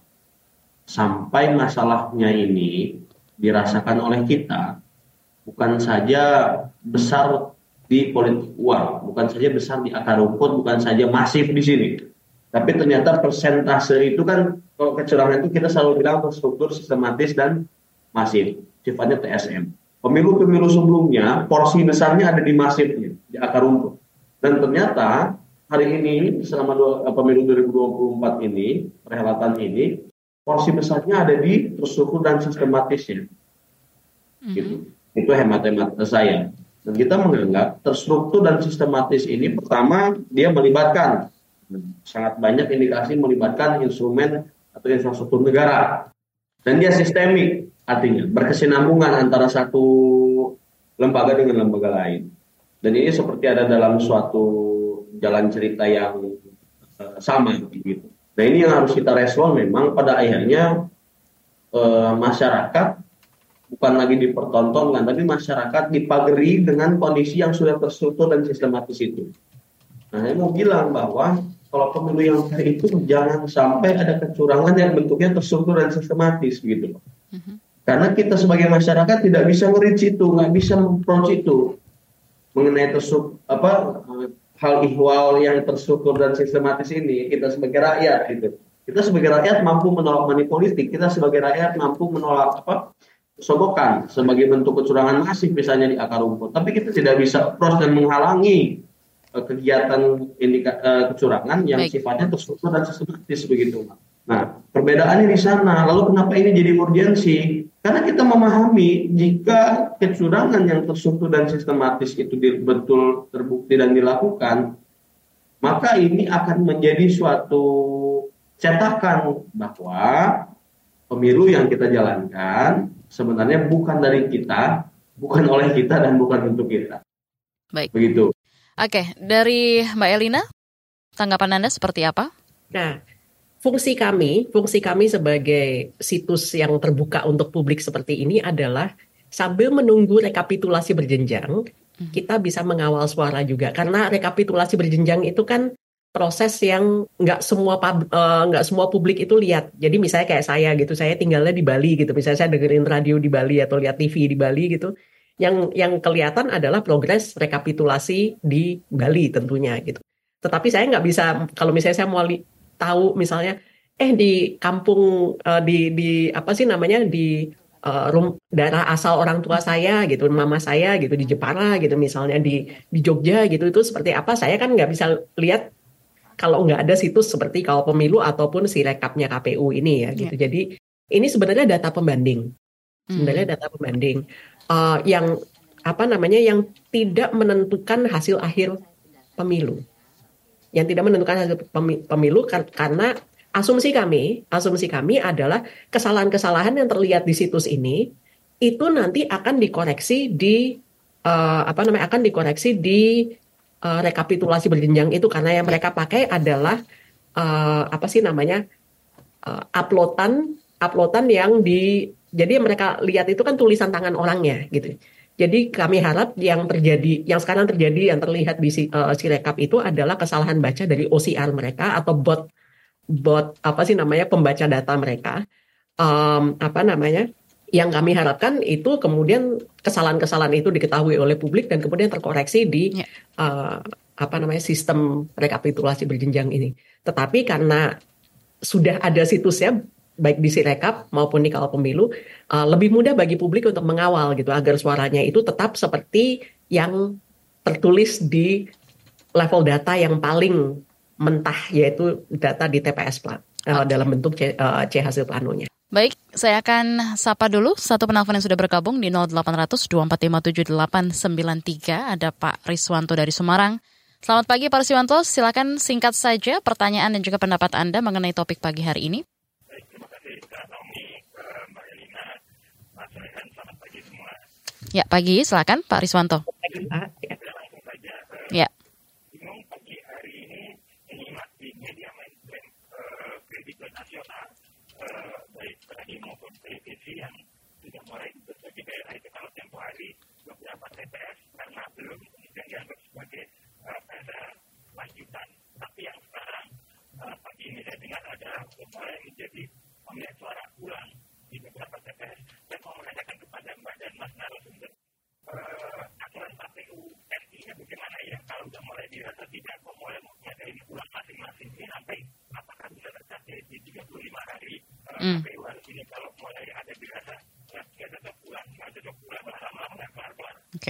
Sampai masalahnya ini dirasakan oleh kita bukan saja besar di politik uang, bukan saja besar di akar rumput, bukan saja masif di sini, tapi ternyata persentase itu kan, kalau kecurangan itu kita selalu bilang terstruktur, sistematis dan masif, sifatnya T S M. Pemilu-pemilu sebelumnya porsi besarnya ada di masifnya, di akar rumput, dan ternyata hari ini selama dua, pemilu dua ribu dua puluh empat ini, perhelatan ini, porsi besarnya ada di terstruktur dan sistematisnya, mm-hmm. gitu. Itu hemat-hemat saya. Dan kita menganggap terstruktur dan sistematis ini pertama dia melibatkan sangat banyak indikasi melibatkan instrumen atau infrastruktur negara. Dan dia sistemik, artinya berkesinambungan antara satu lembaga dengan lembaga lain. Dan ini seperti ada dalam suatu jalan cerita yang uh, sama gitu. Nah ini yang harus kita respon memang pada akhirnya uh, masyarakat bukan lagi dipertontonkan, tapi masyarakat dipagari dengan kondisi yang sudah terstruktur dan sistematis itu. Nah, saya mau bilang bahwa kalau pemilu yang fair itu jangan sampai ada kecurangan yang bentuknya terstruktur dan sistematis, gitu. Mm-hmm. Karena kita sebagai masyarakat tidak bisa nge-reach itu, nggak bisa approach itu mengenai tersuk apa hal ihwal yang terstruktur dan sistematis ini. Kita sebagai rakyat, gitu. Kita sebagai rakyat mampu menolak money politik, kita sebagai rakyat mampu menolak apa? sogokan sebagai bentuk kecurangan masif misalnya di akar rumput, tapi kita tidak bisa approach dan menghalangi uh, kegiatan indika, uh, kecurangan yang Baik. sifatnya terstruktur dan sistematis begitu. Nah, perbedaannya di sana. Lalu kenapa ini jadi urgensi? Karena kita memahami jika kecurangan yang terstruktur dan sistematis itu betul terbukti dan dilakukan, maka ini akan menjadi suatu cetakan bahwa pemilu yang kita jalankan sebenarnya bukan dari kita, bukan oleh kita, dan bukan untuk kita. Baik. Begitu. Oke, dari Mbak Elina, tanggapan Anda seperti apa? Nah, fungsi kami, fungsi kami sebagai situs yang terbuka untuk publik seperti ini adalah sambil menunggu rekapitulasi berjenjang, hmm. kita bisa mengawal suara juga. Karena rekapitulasi berjenjang itu kan proses yang nggak semua pub, uh, nggak semua publik itu lihat. Jadi misalnya kayak saya gitu, saya tinggalnya di Bali gitu. Misalnya saya dengerin radio di Bali atau lihat T V di Bali gitu. Yang yang kelihatan adalah progres rekapitulasi di Bali tentunya gitu. Tetapi saya nggak bisa, kalau misalnya saya mau li- tahu misalnya eh di kampung uh, di di apa sih namanya di uh, rum, daerah asal orang tua saya gitu, mama saya gitu di Jepara gitu misalnya di di Jogja gitu, itu seperti apa, saya kan nggak bisa lihat kalau nggak ada situs seperti Kawal Pemilu ataupun si rekapnya K P U ini ya gitu. Yeah. Jadi ini sebenarnya data pembanding, sebenarnya hmm. data pembanding uh, yang apa namanya yang tidak menentukan hasil akhir pemilu. Yang tidak menentukan hasil pemilu karena asumsi kami, asumsi kami adalah kesalahan-kesalahan yang terlihat di situs ini itu nanti akan dikoreksi di uh, apa namanya akan dikoreksi di uh, rekapitulasi berjenjang itu, karena yang mereka pakai adalah uh, apa sih namanya uh, uploadan uploadan yang di jadi yang mereka lihat itu kan tulisan tangan orangnya gitu. Jadi kami harap yang terjadi, yang sekarang terjadi, yang terlihat di si, uh, si rekap itu adalah kesalahan baca dari O C R mereka atau bot, bot apa sih namanya pembaca data mereka. Um, apa namanya? Yang kami harapkan itu kemudian kesalahan-kesalahan itu diketahui oleh publik dan kemudian terkoreksi di yeah. uh, apa namanya sistem rekapitulasi berjenjang ini. Tetapi karena sudah ada situsnya, baik di Sirekap maupun di Kawal Pemilu, uh, lebih mudah bagi publik untuk mengawal gitu agar suaranya itu tetap seperti yang tertulis di level data yang paling mentah, yaitu data di T P S Plat uh, okay. dalam bentuk C, uh, C hasil planonya. Baik, saya akan sapa dulu satu penelpon yang sudah bergabung di nol delapan nol nol dua empat lima tujuh delapan sembilan tiga. Ada Pak Riswanto dari Semarang. Selamat pagi Pak Riswanto, silakan singkat saja pertanyaan dan juga pendapat Anda mengenai topik pagi hari ini. Ya, pagi, silakan Pak Riswanto. Ya. Pagi hari ini ini masih media mainstream kredibel nasional, baik radio maupun televisi yang sudah mulai di berbagai daerah itu kalau tempo hari beberapa T P S karena belum kemudian dianggap sebagai pada lanjutan. Tapi yang sekarang pagi ini saya dengar adalah mulai menjadi pemilihan suara ulang di beberapa T P S. Dan mau menanyakan kepada Mbak dan Mas narasumber, uh, aturan K P U R I-nya bagaimana ya kalau sudah mulai dirasa tidak kok mulai mengatur ini ulang masing-masing ini sampai apakah bisa tercapai di tiga puluh lima hari uh, mm. K P U R I ini kalau mulai ada dirasa tidak cocok ulang, tidak cocok ulang lama-lama nggak kelar-kelar. Oke.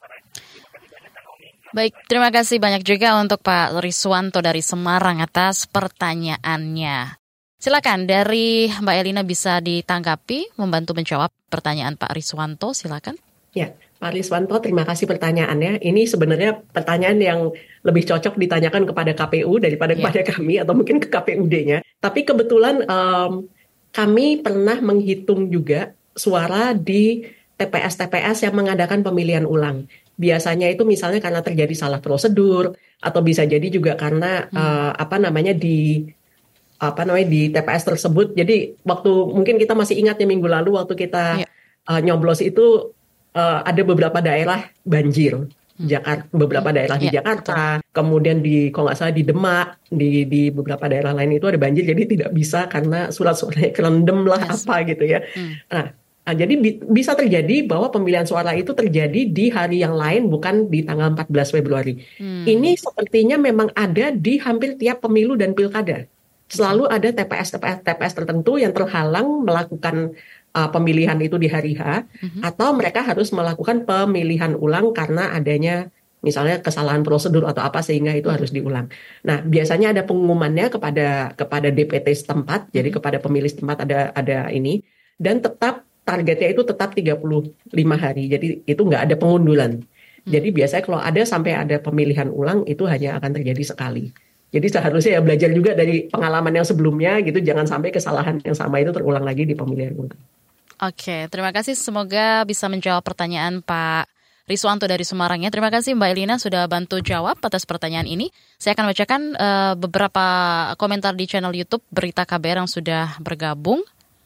Baik, terima kasih banyak juga untuk Pak Riswanto dari Semarang atas pertanyaannya. Silakan dari Mbak Elina bisa ditanggapi, membantu menjawab pertanyaan Pak Riswanto, silakan. Ya, Pak Riswanto, terima kasih pertanyaannya. Ini sebenarnya pertanyaan yang lebih cocok ditanyakan kepada K P U daripada ya. kepada kami atau mungkin ke K P U D-nya. Tapi kebetulan um, kami pernah menghitung juga suara di T P S T P S yang mengadakan pemilihan ulang. Biasanya itu misalnya karena terjadi salah prosedur atau bisa jadi juga karena hmm. uh, apa namanya di apa namanya di T P S tersebut. Jadi waktu mungkin kita masih ingat ya minggu lalu waktu kita yeah. uh, nyoblos itu uh, ada beberapa daerah banjir. Hmm. Jakarta, beberapa daerah yeah. di Jakarta, kemudian di kalau nggak salah di Demak, di di beberapa daerah lain itu ada banjir. Jadi tidak bisa karena surat-suratnya kerendam lah yes. apa gitu ya. Hmm. Nah, nah jadi bi- bisa terjadi bahwa pemilihan suara itu terjadi di hari yang lain bukan di tanggal empat belas Februari. Hmm. Ini sepertinya memang ada di hampir tiap pemilu dan pilkada. Selalu ada T P S T P S T P S tertentu yang terhalang melakukan uh, pemilihan itu di hari H, mm-hmm. atau mereka harus melakukan pemilihan ulang karena adanya misalnya kesalahan prosedur atau apa sehingga itu harus diulang. Nah, biasanya ada pengumumannya kepada kepada D P T setempat, jadi kepada pemilih setempat ada ada ini, dan tetap targetnya itu tetap tiga puluh lima hari. Jadi itu nggak ada pengundulan. Jadi biasanya kalau ada sampai ada pemilihan ulang itu hanya akan terjadi sekali. Jadi seharusnya ya belajar juga dari pengalaman yang sebelumnya gitu, jangan sampai kesalahan yang sama itu terulang lagi di pemilihan ulang. Oke, terima kasih. Semoga bisa menjawab pertanyaan Pak Riswanto dari Semarang ya. Terima kasih Mbak Elina sudah bantu jawab atas pertanyaan ini. Saya akan bacakan uh, beberapa komentar di channel YouTube Berita K B R yang sudah bergabung.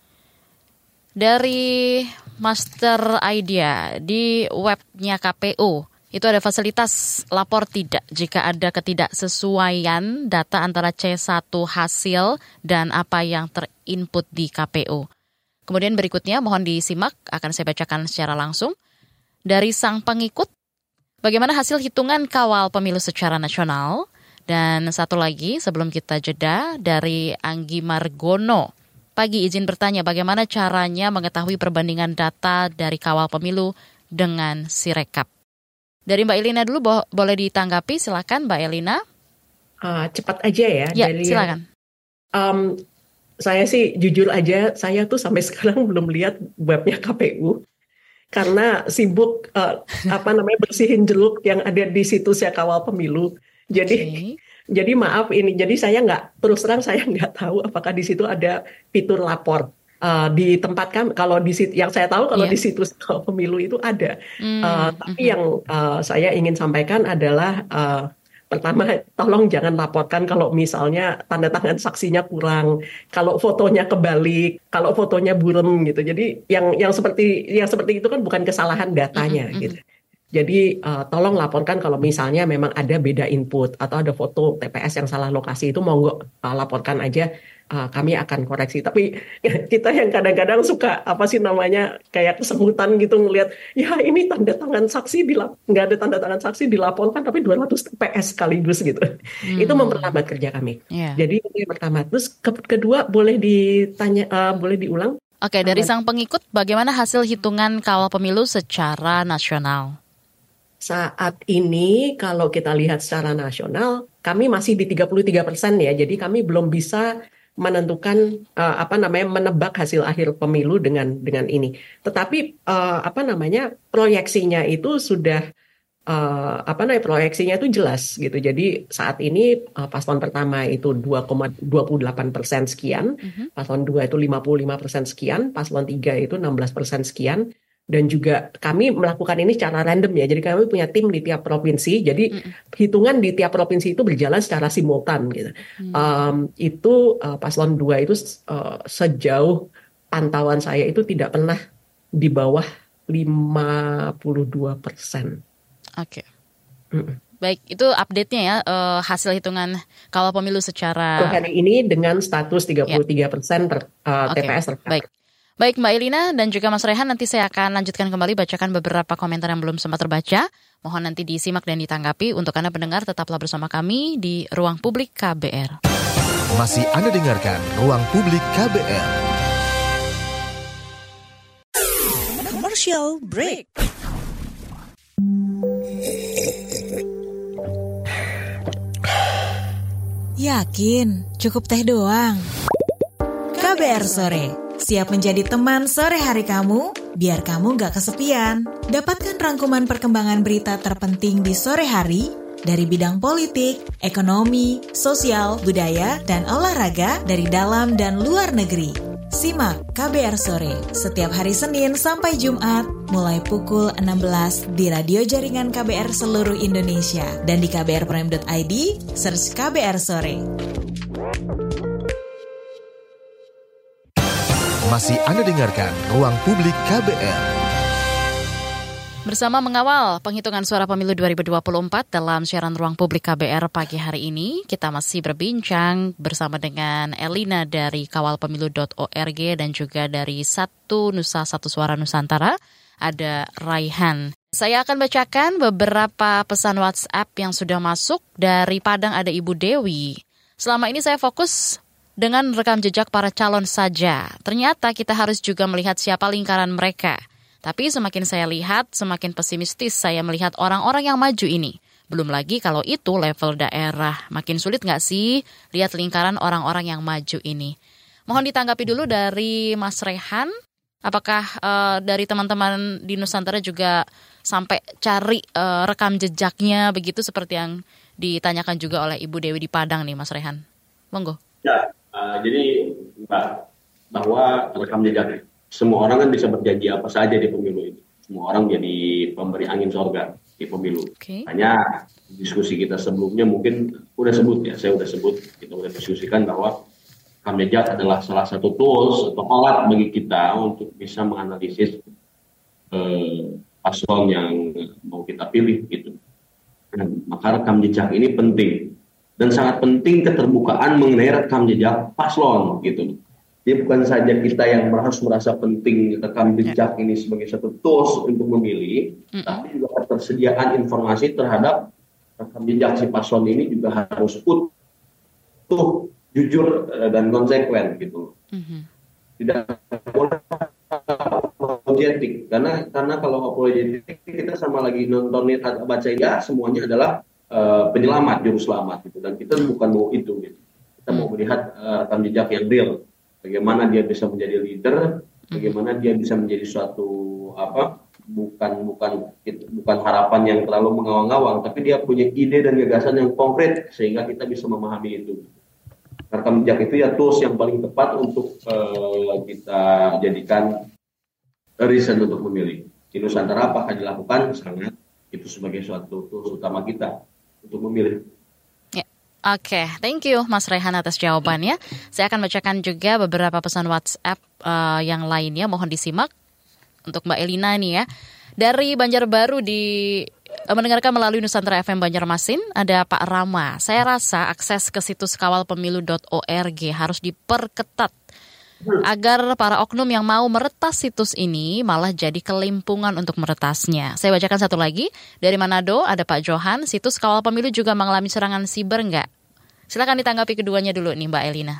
Dari Master Idea di webnya K P U, itu ada fasilitas lapor tidak jika ada ketidaksesuaian data antara C satu hasil dan apa yang terinput di K P U. Kemudian berikutnya mohon disimak, akan saya bacakan secara langsung. Dari sang pengikut, bagaimana hasil hitungan kawal pemilu secara nasional? Dan satu lagi sebelum kita jeda dari Anggi Margono. Pagi izin bertanya bagaimana caranya mengetahui perbandingan data dari kawal pemilu dengan Sirekap. Dari Mbak Elina dulu bo- boleh ditanggapi, silakan Mbak Elina. Uh, cepat aja ya. Ya, dari, silakan. Um, saya sih jujur aja, saya tuh sampai sekarang belum lihat webnya K P U. Karena sibuk uh, apa namanya bersihin jeluk yang ada di situsnya kawal pemilu. Jadi okay. jadi maaf ini. Jadi saya nggak terus terang saya nggak tahu apakah di situ ada fitur lapor. Uh, di tempat kami kalau di situ yang saya tahu kalau yeah. di situs kawal pemilu itu ada. Mm, uh, tapi mm-hmm. yang uh, saya ingin sampaikan adalah uh, pertama, tolong jangan laporkan kalau misalnya tanda tangan saksinya kurang, kalau fotonya kebalik, kalau fotonya burem gitu. Jadi yang yang seperti yang seperti itu kan bukan kesalahan datanya mm-hmm. gitu. Jadi uh, tolong laporkan kalau misalnya memang ada beda input atau ada foto T P S yang salah lokasi, itu monggo uh, laporkan aja. Uh, kami akan koreksi. Tapi kita yang kadang-kadang suka apa sih namanya kayak kesemutan gitu ngelihat ya ini tanda tangan saksi dilap nggak ada tanda tangan saksi dilaporkan tapi dua ratus T P S sekaligus gitu. Hmm. Itu memperlambat kerja kami. Yeah. Jadi ini pertama. Terus ke- kedua boleh ditanya uh, boleh diulang? Oke, dari sang pengikut bagaimana hasil hitungan kawal pemilu secara nasional? Saat ini kalau kita lihat secara nasional kami masih di tiga puluh tiga persen ya. Jadi kami belum bisa menentukan uh, apa namanya menebak hasil akhir pemilu dengan dengan ini. Tetapi uh, apa namanya proyeksinya itu sudah uh, apa namanya proyeksinya itu jelas gitu. Jadi saat ini uh, paslon pertama itu dua koma dua delapan persen sekian, uh-huh. paslon dua itu lima puluh lima persen sekian, paslon tiga itu enam belas persen sekian. Dan juga kami melakukan ini secara random ya. Jadi kami punya tim di tiap provinsi. Jadi mm. hitungan di tiap provinsi itu berjalan secara simultan gitu. Mm. Um, itu uh, paslon dua itu uh, sejauh pantauan saya itu tidak pernah di bawah lima puluh dua persen. Oke. Okay. Mm. Baik, itu update-nya ya uh, hasil hitungan kawal pemilu secara untuk hari ini dengan status tiga puluh tiga persen per uh, okay. T P S tercatat. Baik. Baik Mbak Elina dan juga Mas Rehan, nanti saya akan lanjutkan kembali bacakan beberapa komentar yang belum sempat terbaca. Mohon nanti disimak dan ditanggapi. Untuk Anda pendengar, tetaplah bersama kami di Ruang Publik K B R. Masih Anda dengarkan Ruang Publik K B R. Commercial break. Yakin, cukup teh doang. K B R Sore. Siap menjadi teman sore hari kamu, biar kamu gak kesepian. Dapatkan rangkuman perkembangan berita terpenting di sore hari dari bidang politik, ekonomi, sosial, budaya, dan olahraga dari dalam dan luar negeri. Simak K B R Sore setiap hari Senin sampai Jumat mulai pukul enam belas di radio jaringan K B R seluruh Indonesia dan di k b r prime dot i d search K B R Sore. Masih Anda dengarkan Ruang Publik K B R. Bersama mengawal penghitungan suara pemilu dua ribu dua puluh empat dalam siaran Ruang Publik K B R pagi hari ini, kita masih berbincang bersama dengan Elina dari kawal pemilu dot org dan juga dari Satu Nusa Satu Suara Nusantara, ada Raihan. Saya akan bacakan beberapa pesan WhatsApp yang sudah masuk. Dari Padang ada Ibu Dewi. Selama ini saya fokus dengan rekam jejak para calon saja. Ternyata kita harus juga melihat siapa lingkaran mereka. Tapi semakin saya lihat, semakin pesimistis saya melihat orang-orang yang maju ini. Belum lagi kalau itu level daerah. Makin sulit nggak sih lihat lingkaran orang-orang yang maju ini? Mohon ditanggapi dulu dari Mas Rehan. Apakah uh, dari teman-teman di Nusantara juga sampai cari uh, rekam jejaknya begitu seperti yang ditanyakan juga oleh Ibu Dewi di Padang nih, Mas Rehan? Monggo. Ya, uh, jadi Mbak, bahwa rekam jejak semua orang kan bisa berjanji apa saja di pemilu itu. Semua orang jadi pemberi angin sorga di pemilu. Okay. Hanya diskusi kita sebelumnya mungkin udah sebut ya, saya udah sebut, kita udah diskusikan bahwa rekam jejak adalah salah satu tools atau alat bagi kita untuk bisa menganalisis eh, paslon yang mau kita pilih gitu. Nah, maka rekam jejak ini penting dan sangat penting keterbukaan mengenai rekam jejak paslon gitu. Jadi bukan saja kita yang harus merasa penting rekam jejak ini sebagai satu tools untuk memilih, mm-hmm. tapi juga ketersediaan informasi terhadap rekam jejak si paslon ini juga harus utuh, jujur dan konsekuen gitu. Mm-hmm. Tidak boleh apologetik, karena karena kalau apologetik kita sama lagi nontonin atau baca ya semuanya adalah uh, penyelamat, juru selamat gitu, dan kita bukan mau itu gitu. Kita mau melihat uh, rekam jejak yang real, bagaimana dia bisa menjadi leader, bagaimana dia bisa menjadi suatu apa bukan bukan bukan harapan yang terlalu mengawang-awang, tapi dia punya ide dan gagasan yang konkret sehingga kita bisa memahami itu. Rekam jejak itu ya tools yang paling tepat untuk uh, kita jadikan reason untuk memilih. Di Nusantara apakah dilakukan? Sangat. Itu sebagai suatu tools utama kita untuk memilih. Ya. Oke, okay. Thank you Mas Rehan atas jawabannya. Saya akan bacakan juga beberapa pesan WhatsApp uh, yang lainnya. Mohon disimak untuk Mbak Elina nih ya. Dari Banjarbaru di uh, mendengarkan melalui Nusantara F M Banjarmasin, ada Pak Rama. Saya rasa akses ke situs kawal pemilu dot org harus diperketat agar para oknum yang mau meretas situs ini malah jadi kelimpungan untuk meretasnya. Saya bacakan satu lagi. Dari Manado ada Pak Johan. Situs kawal pemilu juga mengalami serangan siber nggak? Silakan ditanggapi keduanya dulu nih Mbak Elina.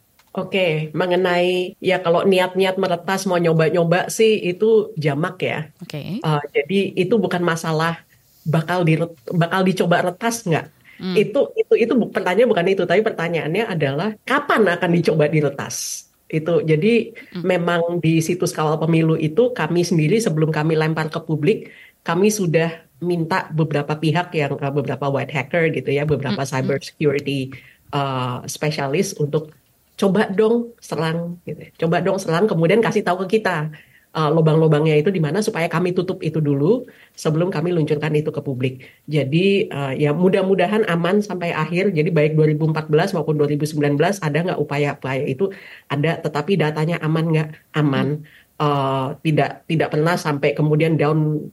Oke, mengenai ya kalau niat-niat meretas mau nyoba-nyoba sih itu jamak ya. Oke. Uh, jadi itu bukan masalah bakal di bakal dicoba retas nggak? Hmm. Itu itu itu pertanyaan bukan itu, tapi pertanyaannya adalah kapan akan dicoba diretas? Itu jadi hmm. memang di situs kawal pemilu itu kami sendiri sebelum kami lempar ke publik, kami sudah minta beberapa pihak yang uh, beberapa white hacker gitu ya, beberapa hmm. cyber security uh, spesialis untuk coba dong serang gitu. Coba dong serang kemudian kasih tahu ke kita uh, lubang-lubangnya itu di mana supaya kami tutup itu dulu sebelum kami luncurkan itu ke publik. Jadi uh, ya mudah-mudahan aman sampai akhir. Jadi baik dua ribu empat belas maupun dua ribu sembilan belas ada nggak upaya-upaya itu ada, tetapi datanya aman nggak? Aman. Uh, tidak tidak pernah sampai kemudian down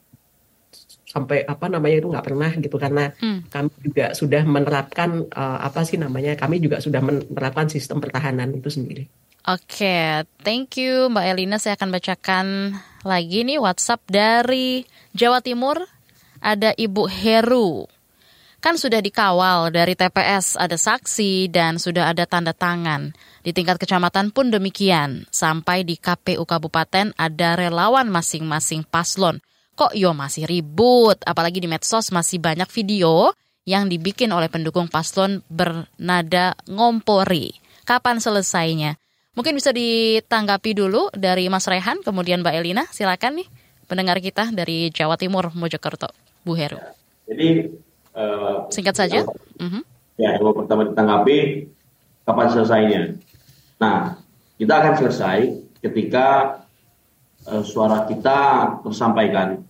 sampai apa namanya itu nggak pernah gitu, karena hmm. kami juga sudah menerapkan uh, apa sih namanya kami juga sudah menerapkan sistem pertahanan itu sendiri. Oke, okay, thank you Mbak Elina. Saya akan bacakan lagi nih WhatsApp dari Jawa Timur. Ada Ibu Heru. Kan sudah dikawal dari T P S, ada saksi dan sudah ada tanda tangan. Di tingkat kecamatan pun demikian. Sampai di K P U Kabupaten ada relawan masing-masing paslon. Kok yo masih ribut, apalagi di medsos masih banyak video yang dibikin oleh pendukung paslon bernada ngompori. Kapan selesainya? Mungkin bisa ditanggapi dulu dari Mas Rehan, kemudian Mbak Elina. Silakan nih pendengar kita dari Jawa Timur, Mojokerto, Bu Heru. Jadi uh, singkat saja. Yang, uh-huh. Ya, yang pertama ditanggapi kapan selesainya. Nah, kita akan selesai ketika uh, suara kita tersampaikan,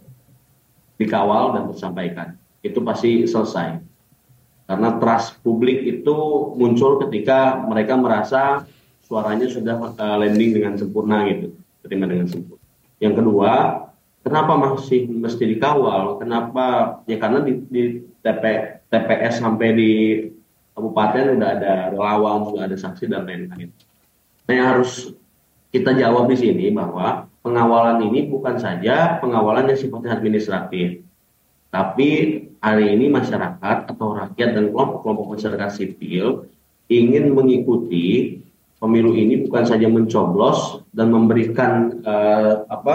dikawal dan tersampaikan. Itu pasti selesai. Karena trust publik itu muncul ketika mereka merasa suaranya sudah uh, landing dengan sempurna gitu, terima dengan sempurna. Yang kedua, kenapa masih mesti dikawal? Kenapa? Ya karena di, di T P, T P S sampai di kabupaten udah ada relawan, sudah ada saksi dan lain-lain. Nah, yang harus kita jawab di sini bahwa pengawalan ini bukan saja pengawalan yang sifatnya administratif, tapi hari ini masyarakat atau rakyat dan kelompok-kelompok masyarakat sipil ingin mengikuti pemilu ini bukan saja mencoblos dan memberikan uh, apa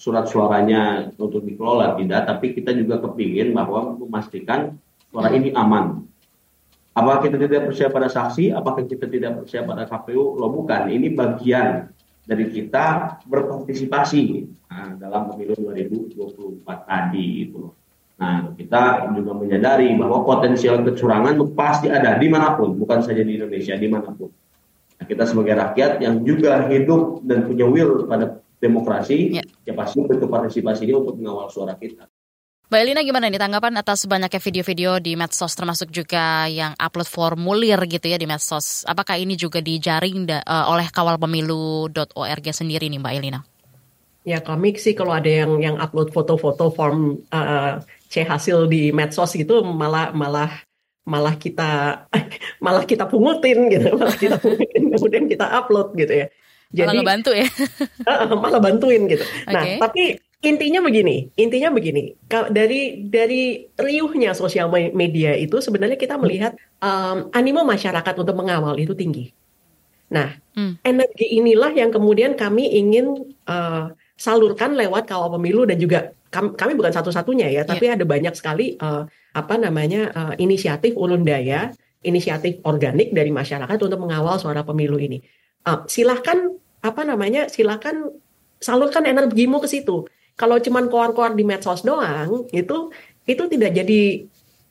surat suaranya untuk dikelola, tidak, tapi kita juga kepingin bahwa memastikan suara ini aman. Apakah kita tidak percaya pada saksi? Apakah kita tidak percaya pada K P U? Loh bukan, ini bagian dari kita berpartisipasi nah, dalam pemilu dua ribu dua puluh empat tadi itu. Nah, kita juga menyadari bahwa potensial kecurangan pasti ada dimanapun, bukan saja di Indonesia, dimanapun. Nah, kita sebagai rakyat yang juga hidup dan punya will pada demokrasi, ya, ya pasti bentuk partisipasi ini untuk mengawal suara kita. Mbak Elina, gimana nih tanggapan atas banyaknya video-video di medsos, termasuk juga yang upload formulir gitu ya di medsos? Apakah ini juga dijaring da- uh, oleh kawal pemilu dot org sendiri nih Mbak Elina? Ya kami sih kalau ada yang yang upload foto-foto form uh, C hasil di medsos gitu malah malah malah kita malah kita pungutin gitu, malah kita pungutin kemudian kita upload gitu ya. Jadi malah ngebantu ya? uh, malah bantuin gitu. Okay. Nah tapi Intinya begini, intinya begini. Dari dari riuhnya sosial media itu sebenarnya kita melihat um, animo masyarakat untuk mengawal itu tinggi. Nah, hmm. energi inilah yang kemudian kami ingin uh, salurkan lewat kawal pemilu dan juga kami, kami bukan satu-satunya ya, tapi yeah. ada banyak sekali uh, apa namanya uh, inisiatif ulun daya, inisiatif organik dari masyarakat untuk mengawal suara pemilu ini. Uh, silahkan apa namanya, silahkan salurkan energimu ke situ. Kalau cuman koar-koar di medsos doang, itu itu tidak jadi,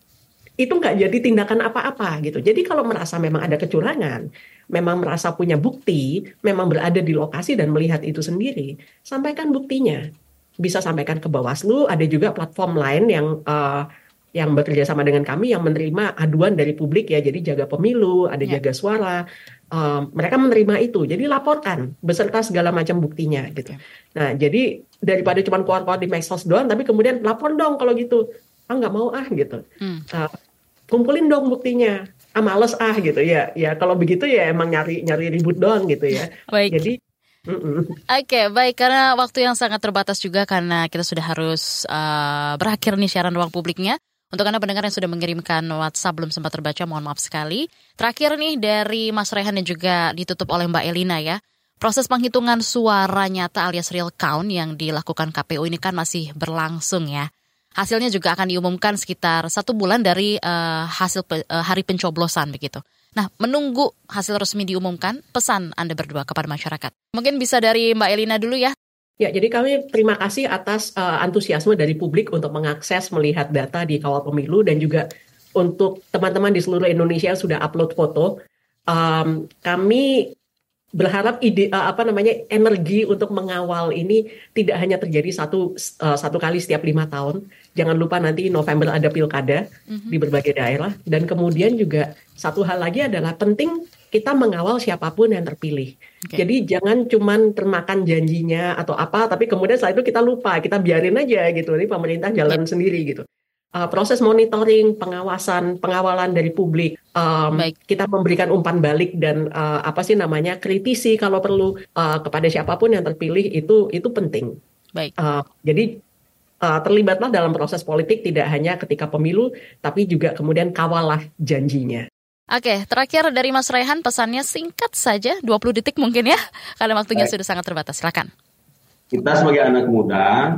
itu nggak jadi tindakan apa-apa gitu. Jadi kalau merasa memang ada kecurangan, memang merasa punya bukti, memang berada di lokasi dan melihat itu sendiri, sampaikan buktinya. Bisa sampaikan ke Bawaslu. Ada juga platform lain yang uh, yang bekerja sama dengan kami yang menerima aduan dari publik ya. Jadi Jaga Pemilu, ada ya. Jaga Suara. Um, mereka menerima itu, jadi laporkan beserta segala macam buktinya gitu. Nah, jadi daripada cuma keluar-keluar di medsos doang, tapi kemudian lapor dong kalau gitu, ah nggak mau ah gitu, hmm. uh, kumpulin dong buktinya, ah males ah gitu ya, ya kalau begitu ya emang nyari nyari ribut doang gitu ya. Baik. Jadi Oke, okay, baik, karena waktu yang sangat terbatas juga karena kita sudah harus uh, berakhir nih siaran ruang publiknya. Untuk Anda pendengar yang sudah mengirimkan WhatsApp belum sempat terbaca, mohon maaf sekali. Terakhir nih dari Mas Rehan dan juga ditutup oleh Mbak Elina ya. Proses penghitungan suara nyata alias real count yang dilakukan K P U ini kan masih berlangsung ya. Hasilnya juga akan diumumkan sekitar satu bulan dari uh, hasil pe- uh, hari pencoblosan begitu. Nah, menunggu hasil resmi diumumkan, pesan Anda berdua kepada masyarakat. Mungkin bisa dari Mbak Elina dulu ya. Ya, jadi kami terima kasih atas uh, antusiasme dari publik untuk mengakses, melihat data di kawal pemilu dan juga untuk teman-teman di seluruh Indonesia yang sudah upload foto. Um, kami berharap ide uh, apa namanya energi untuk mengawal ini tidak hanya terjadi satu uh, satu kali setiap lima tahun. Jangan lupa nanti November ada pilkada mm-hmm. di berbagai daerah dan kemudian juga satu hal lagi adalah penting kita mengawal siapapun yang terpilih. Okay. Jadi jangan cuman termakan janjinya atau apa, tapi kemudian setelah itu kita lupa, kita biarin aja gitu. Ini pemerintah jalan yeah. sendiri gitu. Uh, proses monitoring, pengawasan, pengawalan dari publik, um, kita memberikan umpan balik dan uh, apa sih namanya kritisi kalau perlu uh, kepada siapapun yang terpilih itu itu penting. Baik. Uh, jadi uh, terlibatlah dalam proses politik tidak hanya ketika pemilu, tapi juga kemudian kawallah janjinya. Oke, terakhir dari Mas Rehan, pesannya singkat saja, dua puluh detik mungkin ya, karena waktunya Baik. Sudah sangat terbatas. Silakan. Kita sebagai anak muda,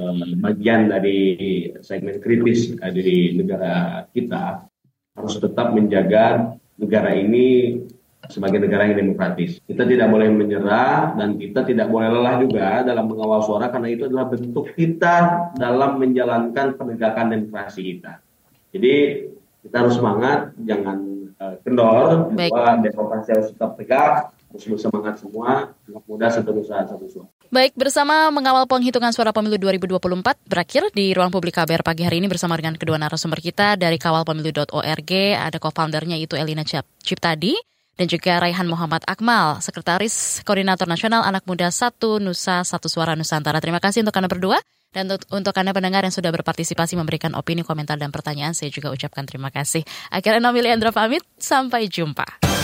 bagian dari segmen kritis di negara kita, harus tetap menjaga negara ini sebagai negara yang demokratis. Kita tidak boleh menyerah dan kita tidak boleh lelah juga dalam mengawal suara, karena itu adalah bentuk kita dalam menjalankan penegakan demokrasi kita. Jadi kita harus semangat, jangan kendor, bahwa demokrasi harus tetap tegak, harus bersemangat semua, anak muda satu nusa satu suara. Baik, bersama mengawal penghitungan suara pemilu dua ribu dua puluh empat berakhir di Ruang Publik K B R pagi hari ini bersama dengan kedua narasumber kita dari kawal pemilu dot org, ada co-foundernya yaitu Elina Ciptadi dan juga Raihan Muhammad Akmal, Sekretaris Koordinator Nasional Anak Muda Satu Nusa Satu Suara Nusantara. Terima kasih untuk Anda berdua. Dan untuk Anda pendengar yang sudah berpartisipasi memberikan opini, komentar, dan pertanyaan, saya juga ucapkan terima kasih. Akhirnya Naomi Liandra pamit, sampai jumpa.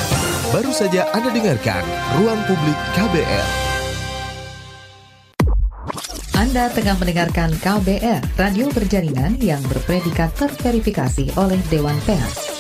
Baru saja Anda dengarkan Ruang Publik K B R. Anda tengah mendengarkan K B R, radio berjaringan yang berpredikat terverifikasi oleh Dewan Pers.